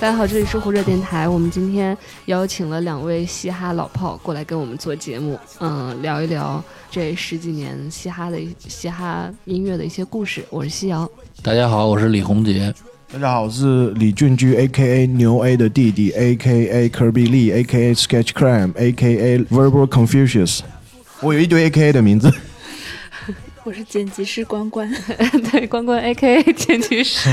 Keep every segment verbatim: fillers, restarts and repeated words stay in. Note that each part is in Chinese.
大家好，这里是胡扯电台。我们今天邀请了两位嘻哈老炮过来跟我们做节目，嗯，聊一聊这十几年嘻哈的嘻哈音乐的一些故事。我是西瑶。 大家好，我是李洪杰。 大家好，我是李俊居 A K A 牛 A 的弟弟 A K A Kirby Lee A K A Sketch Crime A K A Verbal Confucius。我有一堆 A K A 的名字。 我是剪辑师关关。 对，关关 A K A 剪辑师。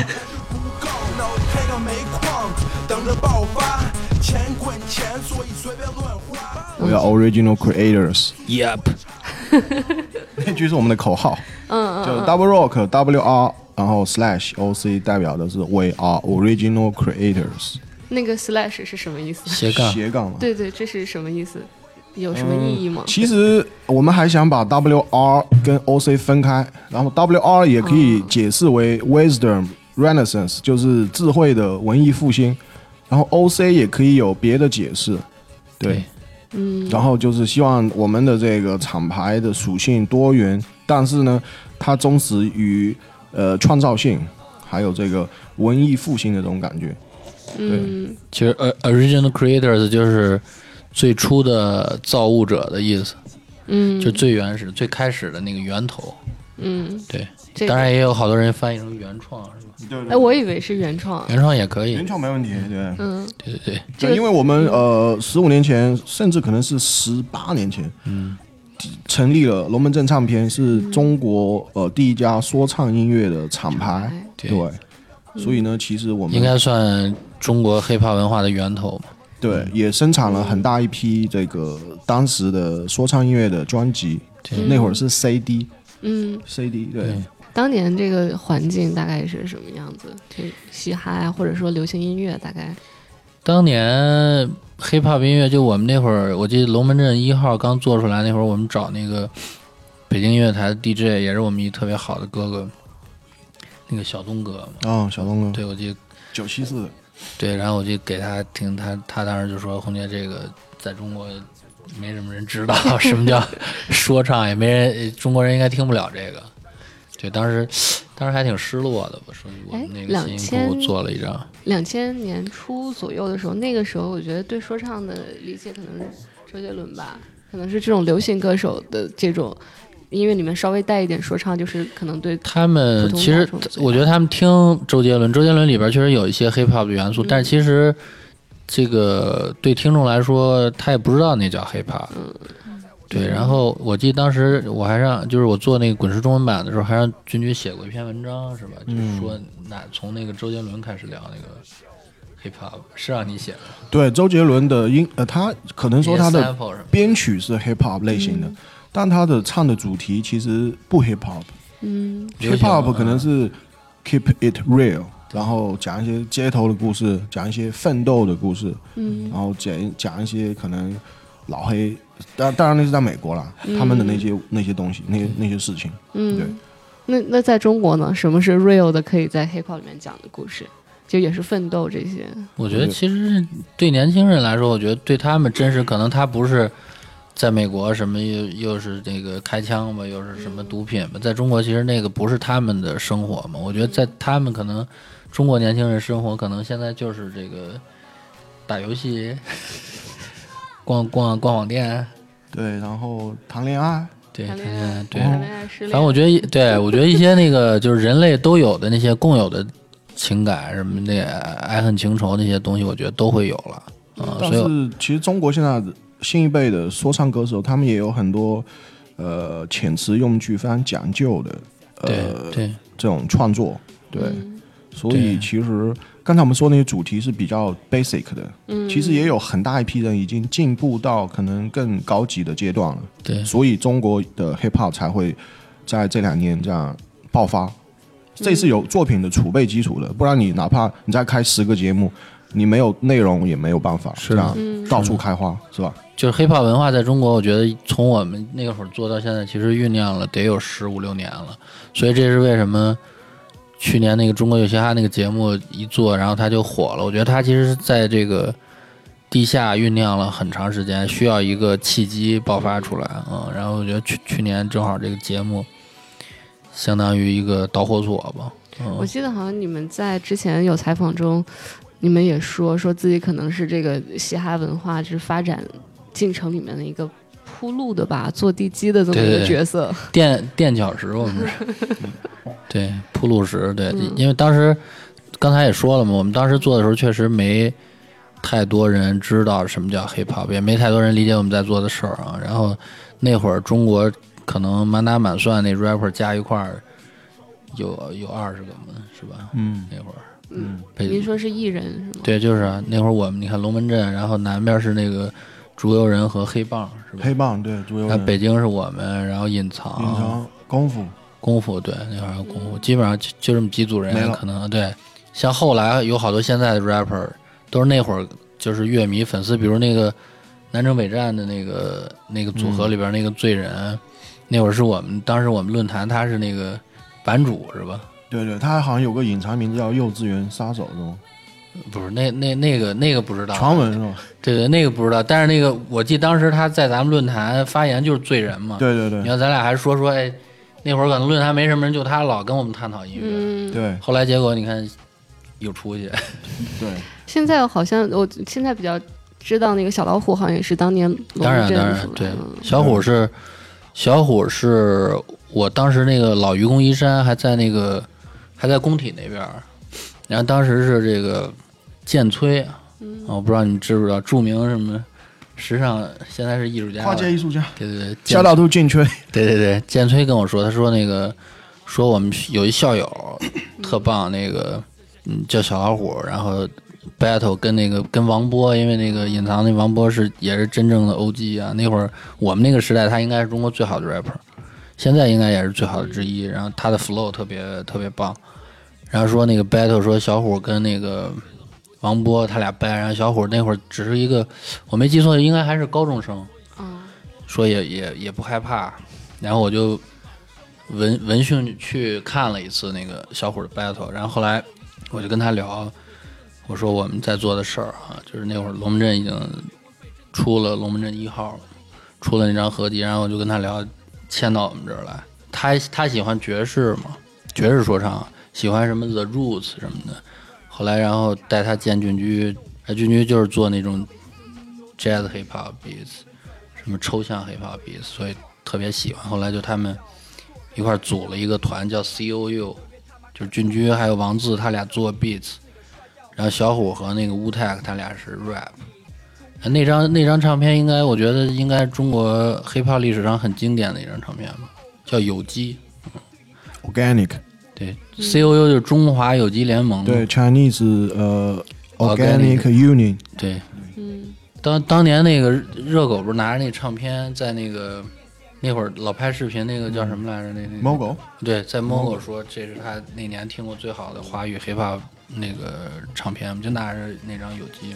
We are original creators. Yep. 那句是我们的口号。 嗯嗯。 就 Double Rock W R 然后 Slash O C 代表的是 We are original creators。 那个 Slash 是什么意思？ 斜杠。 斜杠嘛。 对对，这是什么意思？有什么意义吗？ 嗯、其实我们还想把 W R 跟 O C 分开，然后 W R 也可以解释为 Wisdom Renaissance， 就是智慧的文艺复兴。然后 O C 也可以有别的解释，对， 嗯， 然后就是希望我们的这个厂牌的属性多元，但是呢，它忠实于呃创造性，还有这个文艺复兴的这种感觉。对， 嗯、 其实呃 original creators 就是最初的造物者的意思，嗯，就最原始、最开始的那个源头， 嗯， 对。 这个、 当然也有好多人翻译成原创，是吧？ 对对。 哎，我以为是原创。 原创也可以。 原创没问题，对。 嗯， 对对对。 对，因为我们呃十五年前，甚至可能是十八年前， 嗯， 成立了龙门阵唱片，是中国呃第一家说唱音乐的厂牌，对。对所以呢，其实我们应该算中国 hiphop 文化的源头嘛。 对，也生产了很大一批这个当时的说唱音乐的专辑，那会儿是 C D， 嗯 ，C D 对。 对当年这个环境大概是什么样子？就嘻哈呀，或者说流行音乐，大概。 当年 hiphop 音乐，就我们那会儿，我记得龙门阵一号刚做出来那会儿，我们找那个北京音乐台的 D J， 也是我们一特别好的哥哥，那个小东哥嘛。 哦，小东哥。 对，我记得九七四的。 对，然后我就给他听，他他当时就说：“洪杰，这个在中国没什么人知道什么叫说唱，也没人中国人应该听不了这个。”对，当时当时还挺失落的吧，说我们那个辛辛苦苦做了一张。 两千年初左右的时候，那个时候我觉得对说唱的理解可能是周杰伦吧，可能是这种流行歌手的这种音乐里面稍微带一点说唱，就是可能对他们其实我觉得他们听周杰伦，周杰伦里边确实有一些 hip hop 的元素，嗯、但是其实这个对听众来说，他也不知道那叫 hip hop。嗯对，然后我记得当时我还让，就是我做那个滚石中文版的时候，还让君君写过一篇文章，是吧？嗯、就是说那从那个周杰伦开始聊那个 hip hop， 是让你写的。对， 周杰伦的音，呃，他可能说他的编曲是 hip hop 类型的，嗯、但他的唱的主题其实不 hip hop。 嗯 ，hip hop 可能是 keep it real，然后讲一些街头的故事，讲一些奋斗的故事，嗯，然后讲讲一些可能老黑。当当然那是在美国啦，嗯、他们的那些那些东西，那些那些事情，嗯，对。 那那在中国呢？什么是 real 的？可以在 hiphop 里面讲的故事，就也是奋斗这些。 我觉得其实对年轻人来说，我觉得对他们真实，可能他不是在美国什么又又是这个开枪吧，又是什么毒品吧，在中国其实那个不是他们的生活嘛。我觉得在他们可能中国年轻人生活，可能现在就是这个打游戏。逛逛逛网店， 对，然后谈恋爱， 对， 谈恋爱， 对， 谈恋爱失恋。 反正我觉得，对我觉得一些那个就是人类都有的那些共有的情感，什么那爱恨情仇那些东西，我觉得都会有了。啊、 但是其实中国现在新一辈的说唱歌手，他们也有很多呃遣词用句非常讲究的，呃， 对对这种创作，对， 嗯、 所以其实。刚才我们说那些主题是比较 basic 的，嗯，其实也有很大一批人已经进步到可能更高级的阶段了， 对， 所以中国的 hip hop 才会在这两年这样爆发，这是有作品的储备基础的，不然你哪怕你再开十个节目，你没有内容也没有办法这样到处开花，是吧？ 就是 hip hop 文化在中国，我觉得从我们那个会儿做到现在，其实酝酿了得有十五六年了，所以这是为什么。去年那个中国有嘻哈那个节目一做，然后他就火了。我觉得他其实在这个地下酝酿了很长时间，需要一个契机爆发出来。嗯，然后我觉得去去年正好这个节目相当于一个导火索吧。嗯、 我记得好像你们在之前有采访中你们也说说自己可能是这个嘻哈文化就是发展进程里面的一个铺路的吧，做地基的这么一个角色， 垫垫脚石我们是对，铺路石，对、嗯、因为当时刚才也说了嘛，我们当时做的时候确实没太多人知道什么叫 hip hop， 也没太多人理解我们在做的事儿啊。然后那会儿中国可能满打满算那 rapper 加一块儿有有二十个嘛，是吧？ 嗯， 那会儿， 嗯，您说是艺人是吗？ 对，就是啊，那会儿我们你看龙门阵，然后南边是那个竹游人和黑棒，是吧？ 黑棒对，竹游人。 北京是我们，然后隐藏， 隐藏功夫， 功夫对，那会儿功夫，基本上就就这么几组人，可能对。像后来有好多现在的 rapper 都是那会儿就是乐迷粉丝，比如那个南征北战的那个那个组合里边那个罪人、嗯，那会儿是我们当时我们论坛他是那个版主是吧？ 对对，他好像有个隐藏名字叫幼稚园杀手是吗？ 不是，那那那个那个不知道， 传闻是吧？ 对对，那个不知道，但是那个我记得当时他在咱们论坛发言就是罪人嘛。 对对对， 你看咱俩还说说，哎，那会儿可能论坛没什么人，就他老跟我们探讨音乐。 嗯， 对。 后来结果你看有出息。 对。 现在好像我现在比较知道那个小老虎，好像也是当年当然当然对，小虎是小虎是我当时那个老愚公移山还在那个还在工体那边，然后当时是这个建崔，嗯，我不知道你知不知道，著名什么时尚现在是艺术家， 跨界艺术家， 对对对， 小岛都建崔， 对对对，建崔跟我说，他说那个说我们有一校友特棒，那个嗯叫小老虎，然后 battle 跟那个跟王波，因为那个隐藏那王波是也是真正的 O G 啊，那会儿我们那个时代他应该是中国最好的 rapper， 现在应该也是最好的之一，然后他的 flow 特别特别棒，然后说那个 battle 说小虎跟那个王波他俩掰，然后小虎那会儿只是一个我没记错应该还是高中生， 嗯， 说也也也不害怕，然后我就闻闻讯去看了一次那个小虎的 battle， 然后后来我就跟他聊，我说我们在做的事儿啊，就是那会儿龙门阵已经出了龙门阵一号，出了那张合集，然后我就跟他聊，迁到我们这儿来。他他喜欢爵士嘛，爵士说唱，喜欢什么 The Roots 什么的。后来然后带他见俊居，俊居就是做那种 Jazz Hip Hop Beats， 什么抽象 Hip Hop Beats， 所以特别喜欢。后来就他们一块组了一个团叫 C O U， 就是俊居还有王志他俩做 Beats。然后小虎和那个乌泰克他俩是 rap， 那张那张唱片应该我觉得应该中国 hiphop 历史上很经典的一张唱片吧，叫有机、嗯、 Organic， 对、嗯、C O U 就是中华有机联盟， 对 Chinese 呃 Organic Union， 对，嗯，当当年那个热狗不是拿着那唱片在那个那会儿老拍视频，那个叫什么来着？那那 Mogo， 对，在 Mogo 说这是他那年听过最好的华语 hiphop 那个唱片，我们就拿着那张有机。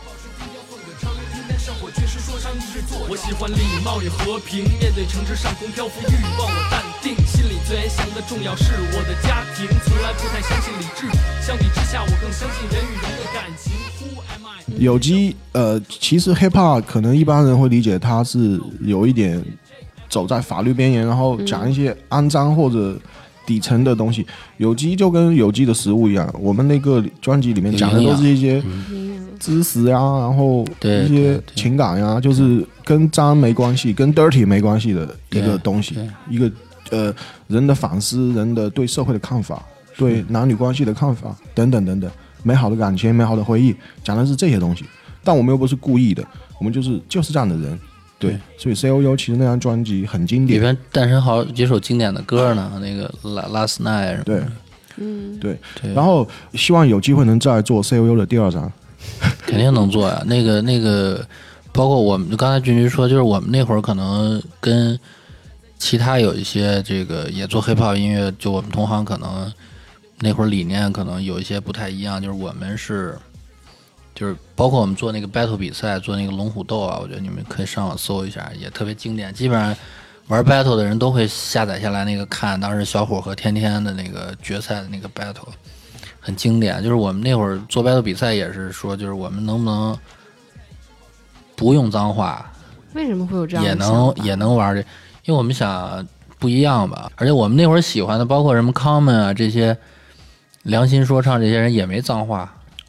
我喜欢礼貌与和平，面对城市上空漂浮欲望我淡定，心里最安详的重要是我的家庭，从来不太相信理智，相比之下我更相信人与人的感情。 有机呃，其实 hip hop 可能一般人会理解它是有一点走在法律边缘，然后讲一些肮脏或者底层的东西。有机就跟有机的食物一样，我们那个专辑里面讲的都是一些知识呀、啊，然后一些情感呀、啊，就是跟脏没关系，跟 dirty 没关系的一个东西，一个呃人的反思，人的对社会的看法，对男女关系的看法等等等等，美好的感情、美好的回忆，讲的是这些东西。但我们又不是故意的，我们就是就是这样的人。对，所以 C O U 其实那张专辑很经典， 里边诞生好几首经典的歌呢，那个 Last Night 什么的。 对，嗯，对，对。然后希望有机会能再做 C O U 的第二张， 肯定能做呀。那个那个，包括我们刚才俊君说，就是我们那会儿可能跟其他有一些这个也做 hiphop 音乐，就我们同行可能那会儿理念可能有一些不太一样，就是我们是。就是包括我们做那个 battle 比赛，做那个龙虎斗啊，我觉得你们可以上网搜一下，也特别经典。基本上玩 battle 的人都会下载下来那个看，当时小虎和天天的那个决赛的那个 battle 很经典。就是我们那会儿做 battle 比赛也是说，就是我们能不能不用脏话？ 为什么会有这样的也能也能玩这？因为我们想不一样吧。而且我们那会儿喜欢的，包括什么 Common 啊这些良心说唱这些人也没脏话。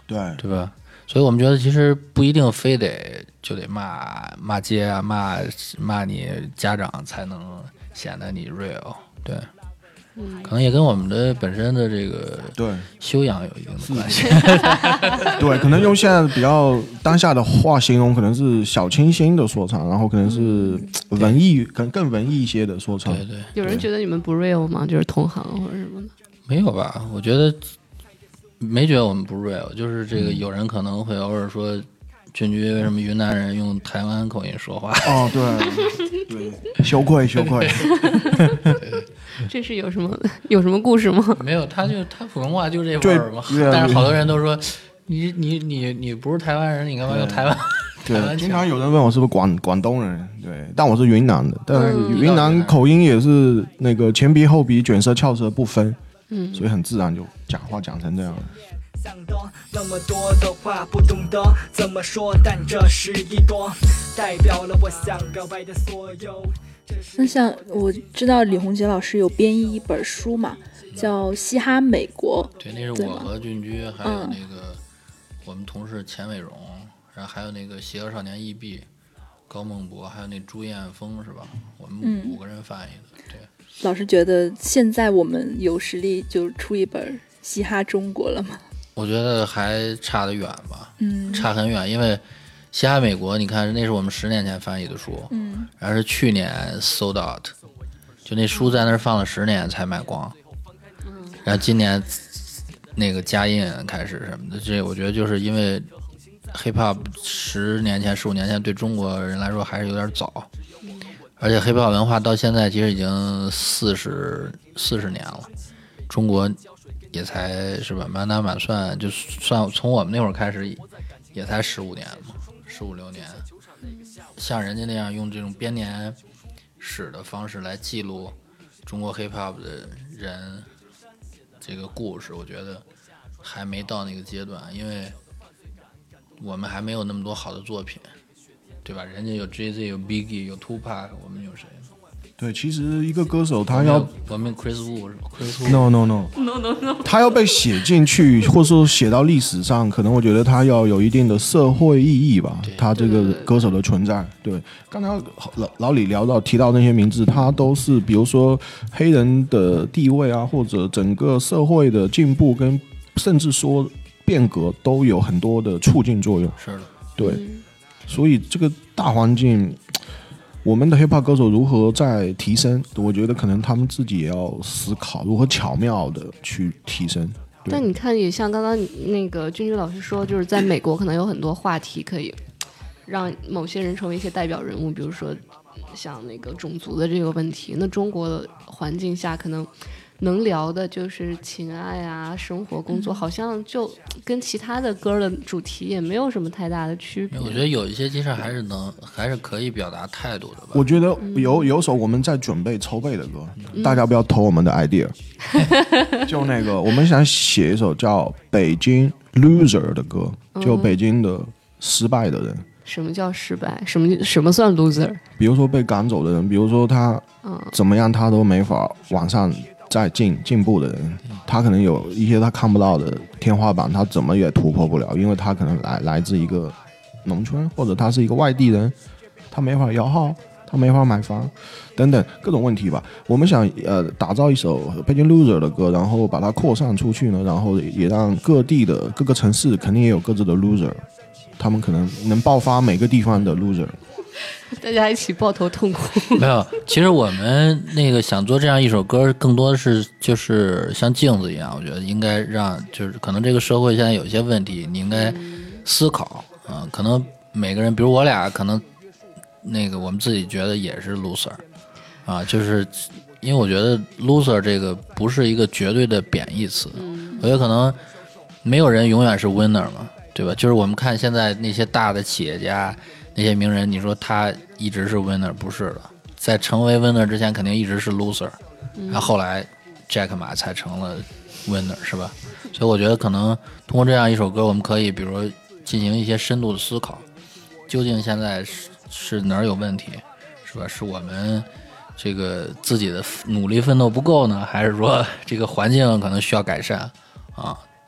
对对吧？所以我们觉得其实不一定非得就得骂骂街啊，骂骂你家长才能显得你 real， 对。可能也跟我们的本身的这个对修养有一定的关系。 对，可能用现在比较当下的话形容，可能是小清新的说唱，然后可能是文艺，可能更文艺一些的说唱。 对对。 有人觉得你们不 real 吗？就是同行或者什么的？ 没有吧？我觉得没觉得我们不 real， 就是这个有人可能会偶尔说。俊居为什么云南人用台湾口音说话？ 哦，对，对，羞愧羞愧。 这是有什么有什么故事吗？ 没有，他就他普通话就这味儿嘛。但是好多人都说你你你你不是台湾人，你干嘛用台湾？ 对，台湾经常有人问我是不是广广东人，对，但我是云南的，但是云南口音也是那个前鼻后鼻卷舌翘舌不分，嗯，所以很自然就讲话讲成这样。想的那么多的话不懂得怎么说，但这是一朵代表了我想表白的所有。 那像我知道李洪杰老师有编译一本书嘛，叫《嘻哈美国》。 对，那是我和俊居，还有那个、嗯、我们同事钱伟荣，然后还有那个邪恶少年 E B 高梦博，还有那朱艳峰，是吧？我们五个人翻译的。嗯、对， 老师觉得现在我们有实力就出一本《嘻哈中国》了吗？ 我觉得还差得远吧， 嗯， 差很远，因为嘻哈美国，你看那是我们十年前翻译的书， 嗯， 然后是去年 sold out， 就那书在那儿放了十年才卖光，嗯，然后今年那个加印开始什么的，这我觉得就是因为 hip hop 十年前、十五年前对中国人来说还是有点早，而且 hip hop 文化到现在其实已经四十四十年了，中国。也才是吧，满打满算就算从我们那会儿开始，也才十五年嘛，十五六年。像人家那样用这种编年史的方式来记录中国 hip hop 的人这个故事，我觉得还没到那个阶段，因为我们还没有那么多好的作品，对吧？人家有 Jay Z， 有 Biggie， 有 Tupac， 我们有谁？ 对，其实一个歌手他要我们 Chris Wu 是吧 ？Chris Wu no no no no no no， 他要被写进去，或者说写到历史上，可能我觉得他要有一定的社会意义吧。他这个歌手的存在，对，刚才老老李聊到提到那些名字，他都是比如说黑人的地位啊，或者整个社会的进步跟甚至说变革都有很多的促进作用。 是的， 对，嗯、所以这个大环境。我们的 hiphop 歌手如何在提升？我觉得可能他们自己也要思考如何巧妙的去提升。 但你看，也像刚刚那个君君老师说，就是在美国可能有很多话题可以让某些人成为一些代表人物，比如说像那个种族的这个问题。那中国的环境下，可能能聊的就是情爱啊、生活、工作，好像就跟其他的歌的主题也没有什么太大的区别。 我觉得有一些其实还是能，还是可以表达态度的吧。 我觉得有有首我们在准备筹备的歌，嗯、大家不要偷我们的 idea。就那个，我们想写一首叫《北京 Loser》的歌，就北京的失败的人。 什么叫失败？什么什么算 loser？ 比如说被赶走的人，比如说他怎么样，他都没法往上。在进进步的人，他可能有一些他看不到的天花板，他怎么也突破不了，因为他可能来来自一个农村，或者他是一个外地人，他没法摇号，他没法买房，等等各种问题吧。我们想呃打造一首北京 loser 的歌，然后把它扩散出去呢，然后也让各地的各个城市肯定也有各自的 loser， 他们可能能爆发每个地方的 loser。 大家一起抱头痛哭。 没有，其实我们那个想做这样一首歌，更多的是就是像镜子一样，我觉得应该让就是可能这个社会现在有一些问题，你应该思考啊、呃。可能每个人，比如我俩，可能那个我们自己觉得也是 loser 啊，就是因为我觉得 loser 这个不是一个绝对的贬义词，我觉得可能没有人永远是 winner 嘛，对吧？就是我们看现在那些大的企业家。那些名人，你说他一直是 winner 不是的，在成为 winner 之前肯定一直是 loser，、嗯、然后后来 Jack Ma 才成了 winner 是吧？所以我觉得可能通过这样一首歌，我们可以比如说进行一些深度的思考，究竟现在是是哪儿有问题，是吧？是我们这个自己的努力奋斗不够呢，还是说这个环境可能需要改善啊？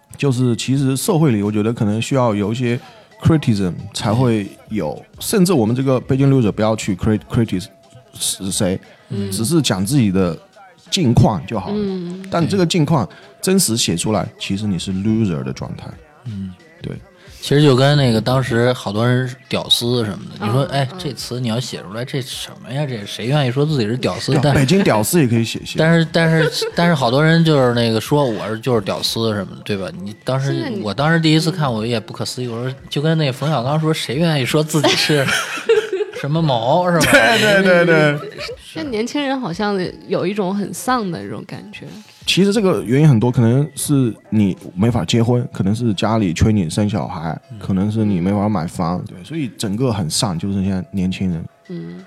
就是其实社会里我觉得可能需要有一些 criticism 才会有，甚至我们这个北京六者不要去 critic 是谁、嗯，只是讲自己的近况就好了、嗯、但这个近况真实写出来，其实你是 loser 的状态。嗯，对。 其实就跟那个当时好多人屌丝什么的，你说哎，这词你要写出来，这什么呀？这谁愿意说自己是屌丝？但北京屌丝也可以写写。 但是但是但是好多人就是那个说我是就是屌丝什么的，对吧？你当时我当时第一次看我也不可思议，我说就跟那个冯小刚说，谁愿意说自己是什么毛是吧？ 对对对对。 那年轻人好像有一种很丧的这种感觉。 其实这个原因很多，可能是你没法结婚，可能是家里催你生小孩，可能是你没法买房，对，所以整个很丧，就是现在年轻人。嗯。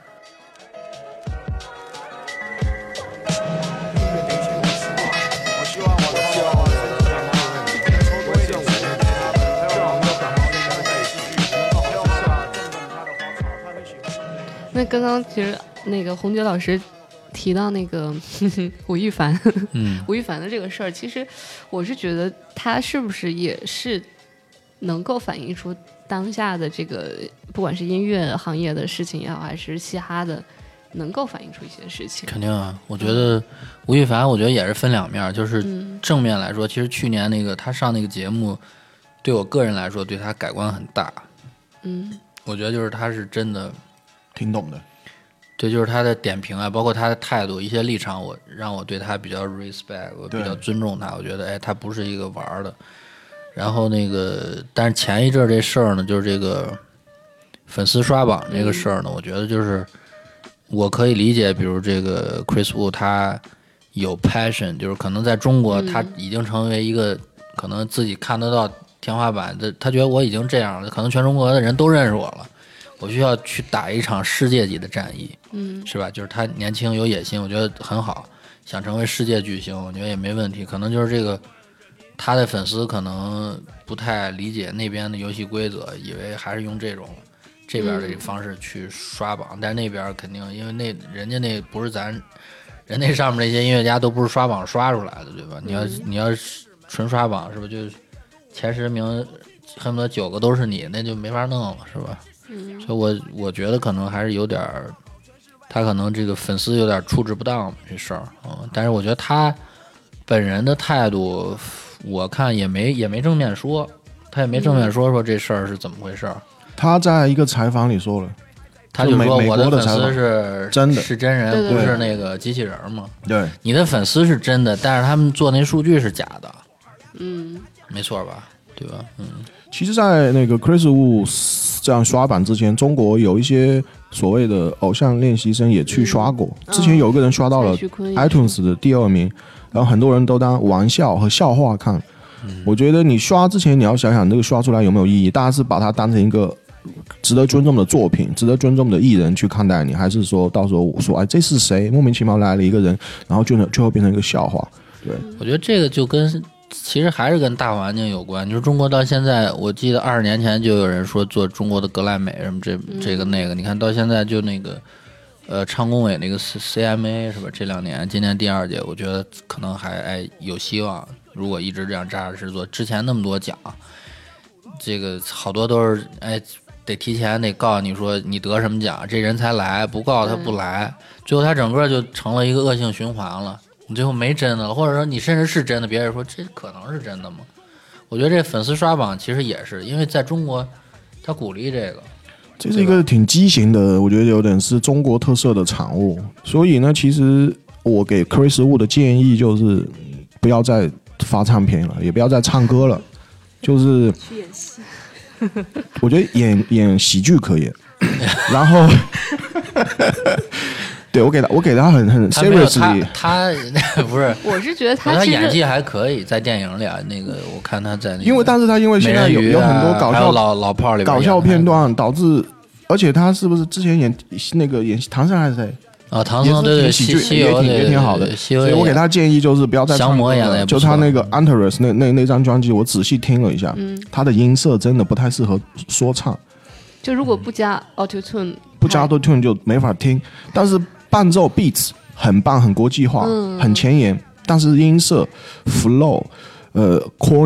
那刚刚其实那个洪杰老师提到那个呵呵吴亦凡，嗯，吴亦凡的这个事儿，其实我是觉得他是不是也是能够反映出当下的这个，不管是音乐行业的事情也好，还是嘻哈的，能够反映出一些事情。 肯定啊，我觉得吴亦凡，我觉得也是分两面，就是正面来说，其实去年那个他上那个节目，对我个人来说，对他改观很大。嗯，我觉得就是他是真的挺懂的。 对，就是他的点评啊，包括他的态度，一些立场，我让我对他比较 respect， 我比较尊重他。我觉得，哎，他不是一个玩的。然后那个，但是前一阵这事儿呢，就是这个粉丝刷榜这个事儿呢，我觉得就是我可以理解，比如这个 Chris Wu 他有 passion， 就是可能在中国他已经成为一个可能自己看得到天花板的，他觉得我已经这样了，可能全中国的人都认识我了。我需要去打一场世界级的战役，嗯，是吧？就是他年轻有野心，我觉得很好，想成为世界巨星，我觉得也没问题。可能就是这个他的粉丝可能不太理解那边的游戏规则，以为还是用这种这边的这个方式去刷榜，嗯、但是那边肯定因为那人家那不是咱人那上面那些音乐家都不是刷榜刷出来的，对吧？你要、嗯、你要纯刷榜，是吧？就前十名恨不得九个都是你，那就没法弄了，是吧？嗯、所以我我觉得可能还是有点他可能这个粉丝有点处置不当这事儿，嗯，但是我觉得他本人的态度，我看也没也没正面说，他也没正面说说这事儿是怎么回事。 他在一个采访里说了， 他就说我的粉丝是真的是真人，对对对，不是那个机器人嘛。 对， 你的粉丝是真的，但是他们做那数据是假的。嗯，没错吧？对吧？嗯。 其实，在那个 Chris Wu 这样刷榜之前，中国有一些所谓的偶像练习生也去刷过。嗯、之前有一个人刷到了 iTunes 的第二名，然后很多人都当玩笑和笑话看。嗯、我觉得你刷之前，你要想想这个刷出来有没有意义？大家是把它当成一个值得尊重的作品、值得尊重的艺人去看待你，还是说到时候我说哎这是谁？莫名其妙来了一个人，然后就最后变成一个笑话？对， 我觉得这个就跟。其实还是跟大环境有关，就是中国到现在，我记得二十年前就有人说做中国的格莱美什么这这个那个，你看到现在就那个，呃，昌工委那个 C M A 是吧？这两年，今年第二届，我觉得可能还哎有希望。如果一直这样扎实做，之前那么多奖，这个好多都是哎得提前得告诉你说你得什么奖，这人才来，不告诉他不来，最后他整个就成了一个恶性循环了。你最后没真的了，或者说你甚至是真的，别人说这可能是真的吗？我觉得这粉丝刷榜其实也是，因为在中国，他鼓励这个， 这是一个挺畸形的，我觉得有点是中国特色的产物。所以呢，其实我给 Chris Wu 的建议就是不要再发唱片了，也不要再唱歌了，就是去演戏。 我觉得演演喜剧可以，然后。对，我给他，我给他很很 seriously， 他他不是， 我是觉得他他演技还可以，在电影里啊，那个我看他在那个， 因为但是他因为现在有、啊、有很多搞笑老老炮里搞笑片段，导致，而且他是不是之前演那个演唐僧还是谁啊？唐僧对对， 喜剧西也挺也挺好的，所以我给他建议就是不要再唱歌了。就他那个 Antares 那那那张专辑，我仔细听了一下，嗯、他的音色真的不太适合说唱。 就如果不加 Auto Tune， 不加 Auto Tune 就没法听，但是。伴奏 beats 很棒，很国际化，嗯、很前沿，但是音色 flow 呃 corny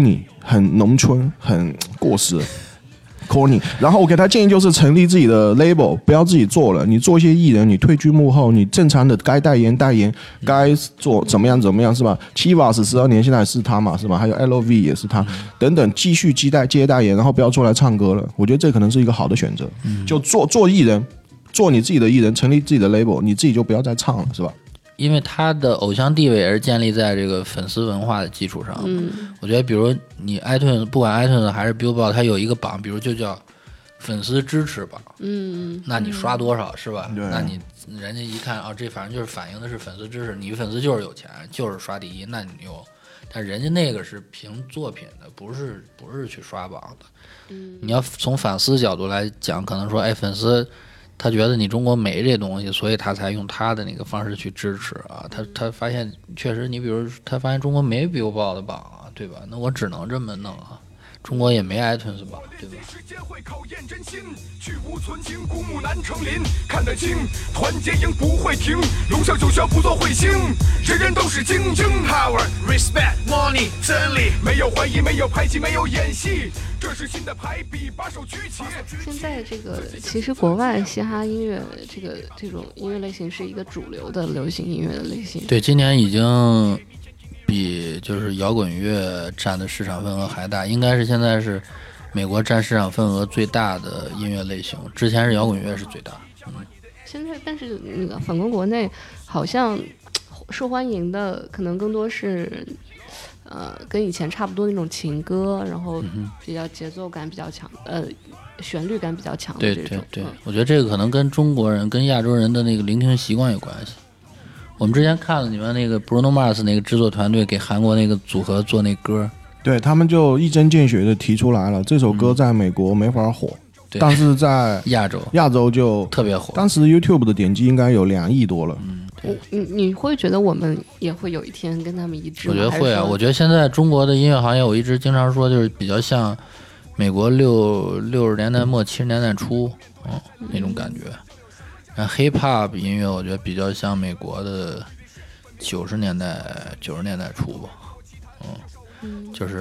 很农村，很过时。corny， 然后我给他建议就是成立自己的 label， 不要自己做了。你做一些艺人，你退居幕后，你正常的该代言代言，该做怎么样怎么样是吧？Chivas 十二年现在是他嘛是吧？还有 L V 也是他，等等，继续接代接代言，然后不要出来唱歌了。我觉得这可能是一个好的选择，就做做艺人，做你自己的艺人，成立自己的 label， 你自己就不要再唱了是吧？ 因为他的偶像地位也是建立在这个粉丝文化的基础上。嗯，我觉得比如你 iTunes 不管 iTunes 还是 Billboard， 它有一个榜，比如就叫粉丝支持榜。嗯，那你刷多少、嗯、是吧？那你人家一看啊、哦，这反正就是反映的是粉丝支持，你粉丝就是有钱，就是刷第一，那你牛。但人家那个是凭作品的，不是不是去刷榜的。嗯，你要从反思角度来讲，可能说，哎，粉丝。他觉得你中国没这东西，所以他才用他的那个方式去支持啊。他他发现确实，你比如他发现中国没 Billboard 的榜啊，对吧？那我只能这么弄啊。中国也没 iTunes 榜，对吧？时间会考验真心，去无存精，古木难成林。看得清，团结营不会停，龙啸九霄不做彗星，人人都是精英。Power, respect, money, 真理，没有怀疑，没有排挤，没有演戏。这是新的排比，把手举起。 现在这个其实国外嘻哈音乐这个这种音乐类型是一个主流的流行音乐的类型。 对，今年已经比就是摇滚乐占的市场份额还大，应该是现在是美国占市场份额最大的音乐类型，之前是摇滚乐是最大。嗯， 现在但是那个反观国内，好像受欢迎的可能更多是。呃，跟以前差不多那种情歌，然后比较节奏感比较强，呃，旋律感比较强的这种。 对对对、嗯，我觉得这个可能跟中国人、跟亚洲人的那个聆听习惯有关系。我们之前看了你们那个 Bruno Mars 那个制作团队给韩国那个组合做那歌， 对他们就一针见血的提出来了，这首歌在美国没法火，嗯、但是在亚洲亚洲就特别火。 当时 YouTube 的点击应该有两亿多了。 嗯。 你你会觉得我们也会有一天跟他们一致吗？ 我觉得会啊，我觉得现在中国的音乐行业，我一直经常说，就是比较像美国六六十年代末七十年代初，嗯，那种感觉。然后 hip hop 音乐，我觉得比较像美国的九十年代九十年代初吧，嗯，嗯就是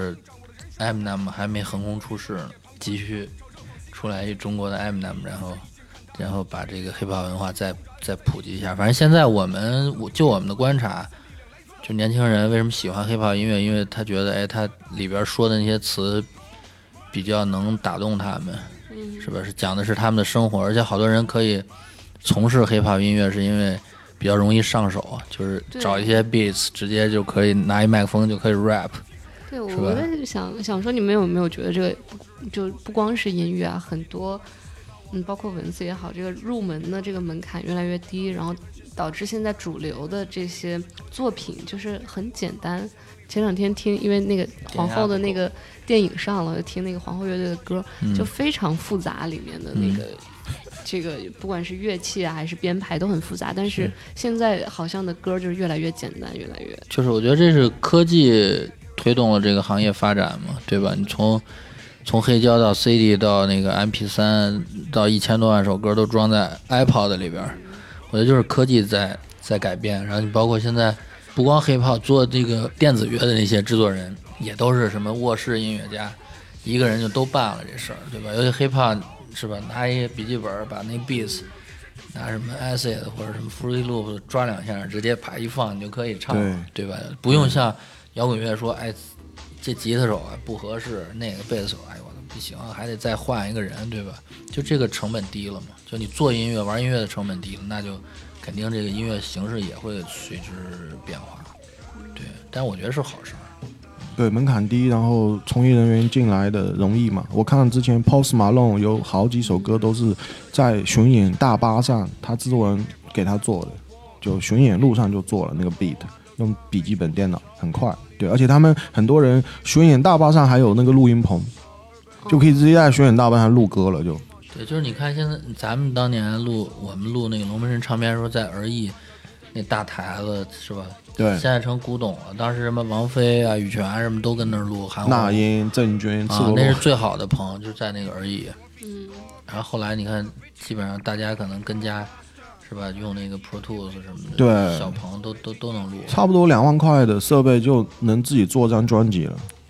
Eminem 还没横空出世呢，继续出来一中国的 Eminem， 然后然后把这个 hip hop 文化再。再普及一下，反正现在我们就我们的观察，就年轻人为什么喜欢 hiphop 音乐？因为他觉得，哎，他里边说的那些词比较能打动他们，是吧？是讲的是他们的生活，而且好多人可以从事 hiphop 音乐，是因为比较容易上手，就是找一些 beats， 直接就可以拿一麦克风就可以 rap。 对，我在想想说，你们有没有觉得这个就不光是音乐啊，很多。嗯，包括文字也好，这个入门的这个门槛越来越低，然后导致现在主流的这些作品就是很简单。前两天听，因为那个皇后的那个电影上了，听那个皇后乐队的歌， 嗯、 就非常复杂，里面的那个、嗯、这个不管是乐器啊还是编排都很复杂。但是现在好像的歌就是越来越简单，越来越就是我觉得这是科技推动了这个行业发展嘛，对吧？你从从黑胶到 C D 到那个 M P 三 到一千多万首歌都装在 iPod 里边，我觉得就是科技在在改变。然后你包括现在不光 hiphop 做这个电子乐的那些制作人，也都是什么卧室音乐家，一个人就都办了这事儿，对吧？尤其 hiphop 是吧，拿一笔记本把那 beats 拿什么 acid 或者什么 Fruity Loop 抓两下，直接啪一放你就可以唱， 对, 对吧？不用像摇滚乐说，哎。这吉他手啊不合适，那个贝斯手哎我不行，还得再换一个人，对吧？就这个成本低了嘛，就你做音乐玩音乐的成本低了，那就肯定这个音乐形式也会随之变化，对。但我觉得是好事。 对，门槛低，然后从业人员进来的容易嘛。我看之前 Post Malone 有好几首歌都是在巡演大巴上，他制作人给他做的，就巡演路上就做了那个 beat， 用笔记本电脑很快。对，而且他们很多人巡演大巴上还有那个录音棚，就可以直接在巡演大巴上录歌了就。 对，就是你看现在咱们当年录我们录那个龙门阵唱片的时候，在儿艺那大台子是吧？ 对， 现在成古董了。当时什么王菲啊、羽泉什么都跟那儿录，韩那英、郑钧、 啊，那是最好的棚，就在那个儿艺。嗯。然后后来你看，基本上大家可能跟家。是吧？用那个 Pro Tools 什么的， 对， 小棚都都都能录， 差不多两万块的设备就能自己做张专辑了。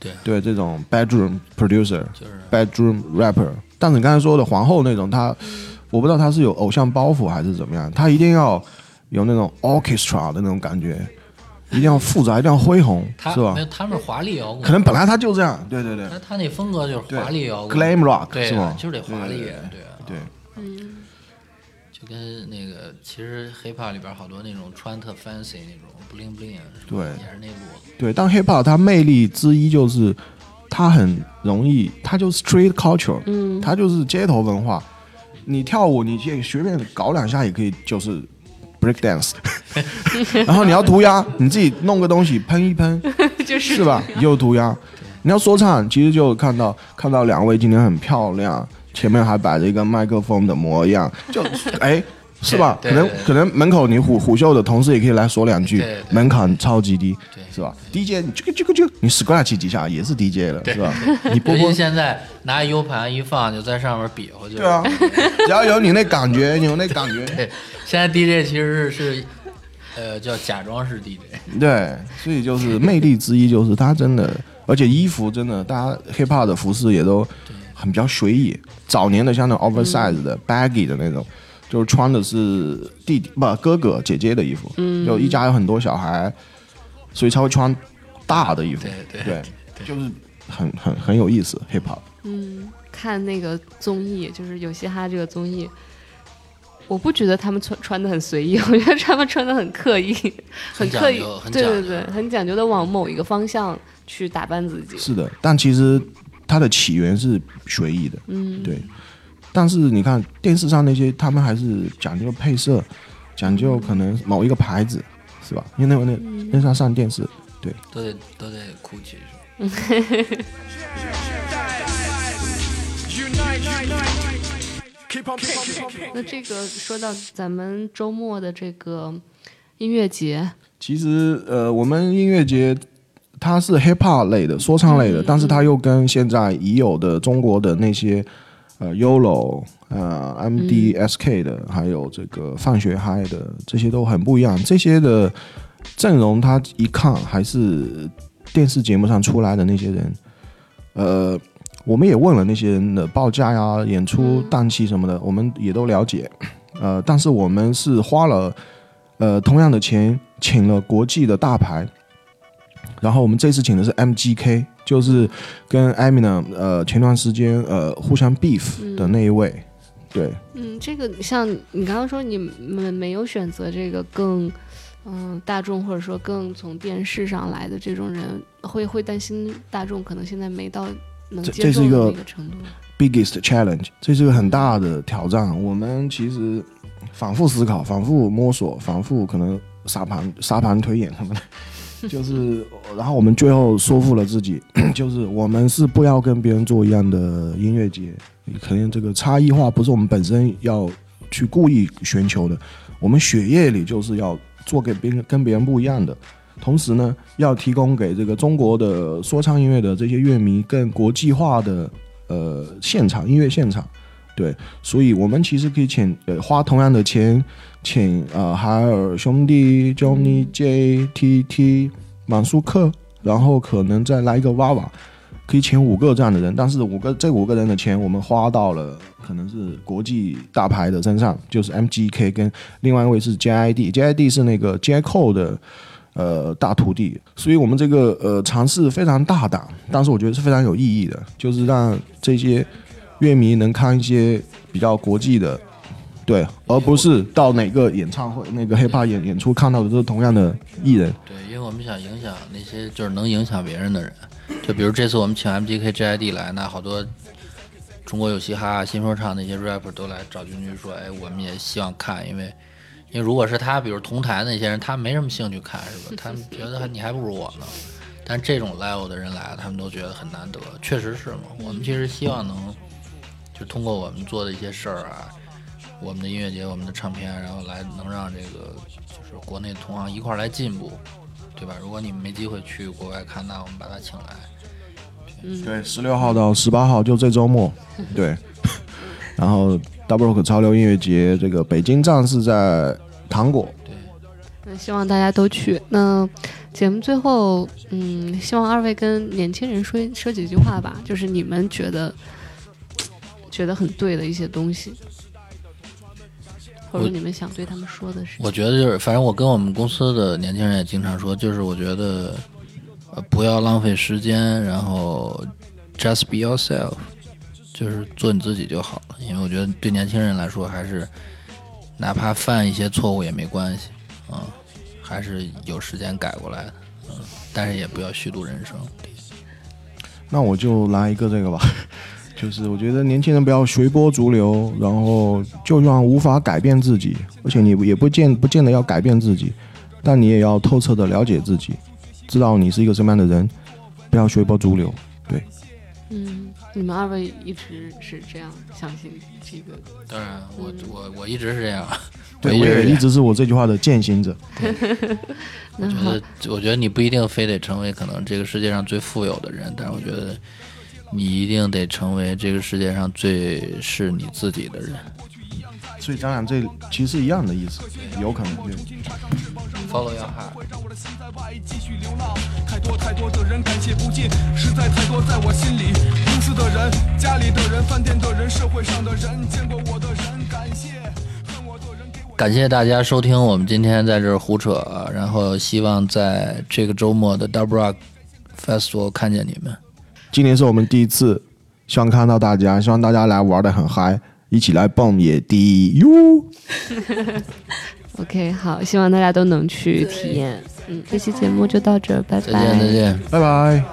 对对这种 bedroom producer， 就是 bedroom rapper。但是你刚才说的皇后那种，他我不知道他是有偶像包袱还是怎么样，他一定要有那种 orchestra 的那种感觉。一定要复杂，一定要恢宏，是吧？ 没有，他们是华丽摇滚， 可能本来他就这样，对对对。 那他那风格就是华丽摇滚 ，glam rock， 对、啊， 是吧？ 就是得华丽，对啊， 对， 嗯， 就跟那个其实 hiphop 里边好多那种穿特 fancy 那种 bling bling， 对， 也是那路子。 对，但 hiphop 它魅力之一就是它很容易，它就是 street culture，嗯，它就是街头文化。你跳舞，你随便搞两下也可以，就是。break dance， 然后你要涂鸦，你自己弄个东西喷一喷， 就是、 是吧？你就涂鸦。你要说唱，其实就看到看到两位今天很漂亮，前面还摆着一个麦克风的模样，就哎，是吧？可能可能门口你虎虎嗅的同事也可以来说两句，门槛超级低，是吧 ？D J 你这个这个这个，你 scratch 几下也是 D J 了，是吧？你波波现在拿 U 盘一放，就在上面比划就。 对啊，只要有你那感觉，有那感觉。 对，现在 D J 其实是，呃，叫假装是 D J。 对，所以就是魅力之一，就是他真的，而且衣服真的，大家 hiphop 的服饰也都很比较随意。早年的像那种 oversize 的、嗯、baggy 的那种。就是穿的是弟弟不哥哥姐姐的衣服，嗯，就一家有很多小孩，所以才会穿大的衣服， 对 对, 对, 对，就是很很很有意思 hip hop。 嗯，看那个综艺，就是有嘻哈这个综艺，我不觉得他们穿穿的很随意，我觉得他们穿的很刻意，很刻意，对对对，很讲究的往某一个方向去打扮自己。 是的，但其实它的起源是随意的，嗯，对。但是你看电视上那些，他们还是讲究配色，讲究可能某一个牌子，是吧？因为那那那上上电视，对， 都得都得哭泣。 那这个说到咱们周末的这个音乐节， 其实呃，我们音乐节它是 hip hop 类的，说唱类的，嗯、但是它又跟现在已有的中国的那些。呃 ，Y O L O， 呃 ，M D S K 的、嗯，还有这个放学嗨的，这些都很不一样。这些的阵容，他一看还是电视节目上出来的那些人。呃，我们也问了那些人的报价呀、演出档期什么的，嗯、我们也都了解。呃，但是我们是花了呃同样的钱，请了国际的大牌。然后我们这次请的是 M G K， 就是跟 Eminem 呃前段时间呃互相 beef 的那一位，嗯、对。 嗯，这个像你刚刚说你们没有选择这个更嗯、呃、大众或者说更从电视上来的这种人，会会担心大众可能现在没到能接受的那个程度。 这, 这是一个 biggest challenge， 这是个很大的挑战。我们其实反复思考，反复摸索，反复可能沙盘沙盘推演什么的。就是，然后我们最后说服了自己，就是我们是不要跟别人做一样的音乐节，可能这个差异化不是我们本身要去故意寻求的，我们血液里就是要做给别人跟别人不一样的，同时呢，要提供给这个中国的说唱音乐的这些乐迷更国际化的呃现场音乐现场，对，所以我们其实可以请呃花同样的钱。请呃海尔兄弟 Johnny J、T T、满舒克，然后可能再来一个娃娃，可以请五个这样的人，但是五个这五个人的钱我们花到了可能是国际大牌的身上，就是 M G K 跟另外一位是 J I D，J I D 是那个 J Cole 的呃大徒弟，所以我们这个呃尝试非常大胆，但是我觉得是非常有意义的，就是让这些乐迷能看一些比较国际的。对，而不是到哪个演唱会、那个 hiphop 演演出看到的都是同样的艺人。 对，因为我们想影响那些就是能影响别人的人。就比如这次我们请 M G K J I D 来，那好多中国有嘻哈、新说唱那些 rapper 都来找君君说：“哎，我们也希望看，因为因为如果是他，比如同台那些人，他没什么兴趣看，是吧？他们觉得你还不如我呢。但这种 level 的人来，他们都觉得很难得，确实是嘛。我们其实希望能就通过我们做的一些事儿啊。”我们的音乐节，我们的唱片，然后来能让这个就是国内同行一块来进步，对吧？如果你们没机会去国外看，那我们把他请来。 嗯，对，十六号到十八号就这周末，对。然后 Double Rock 潮流音乐节，这个北京站是在糖果。 对。 那希望大家都去。那节目最后，嗯，希望二位跟年轻人说说几句话吧，就是你们觉得觉得很对的一些东西，或者你们想对他们说的事情。 我觉得就是，反正我跟我们公司的年轻人也经常说，就是我觉得，呃，不要浪费时间，然后 just be yourself， 就是做你自己就好了。因为我觉得对年轻人来说，还是哪怕犯一些错误也没关系，啊、嗯，还是有时间改过来的，嗯，但是也不要虚度人生。 那我就来一个这个吧。就是我觉得年轻人不要随波逐流，然后就算无法改变自己，而且你也不见不见得要改变自己，但你也要透彻的了解自己，知道你是一个什么样的人，不要随波逐流。对， 嗯，你们二位一直是这样相信这个？ 当然，我、嗯、我我一直是这样， 对，我也一直是我这句话的践行者。 我觉得，我觉得你不一定非得成为可能这个世界上最富有的人，但是我觉得。你一定得成为这个世界上最是你自己的人， 所以当然这其实是一样的意思，有可能对。 Follow your heart。 太多太多的人感谢不尽，实在太多在我心里。公司的人、家里的人、饭店的人、社会上的人、见过我的人，感谢恨我的人给我。 感谢大家收听我们今天在这儿胡扯，然后希望在这个周末的 Double Rock Festival 看见你们。 今年是我们第一次，希望看到大家，希望大家来玩得很嗨，一起来蹦野迪哟。 OK， 好，希望大家都能去体验。嗯，这期节目就到这儿，拜拜。 再见，再见， 拜拜。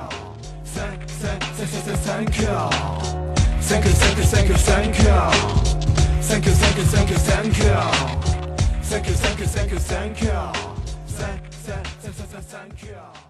Thank you, thank you, thank you, thank you, thank you, thank you, thank you, thank you, thank you, thank you, thank you, thank you, thank you, thank you.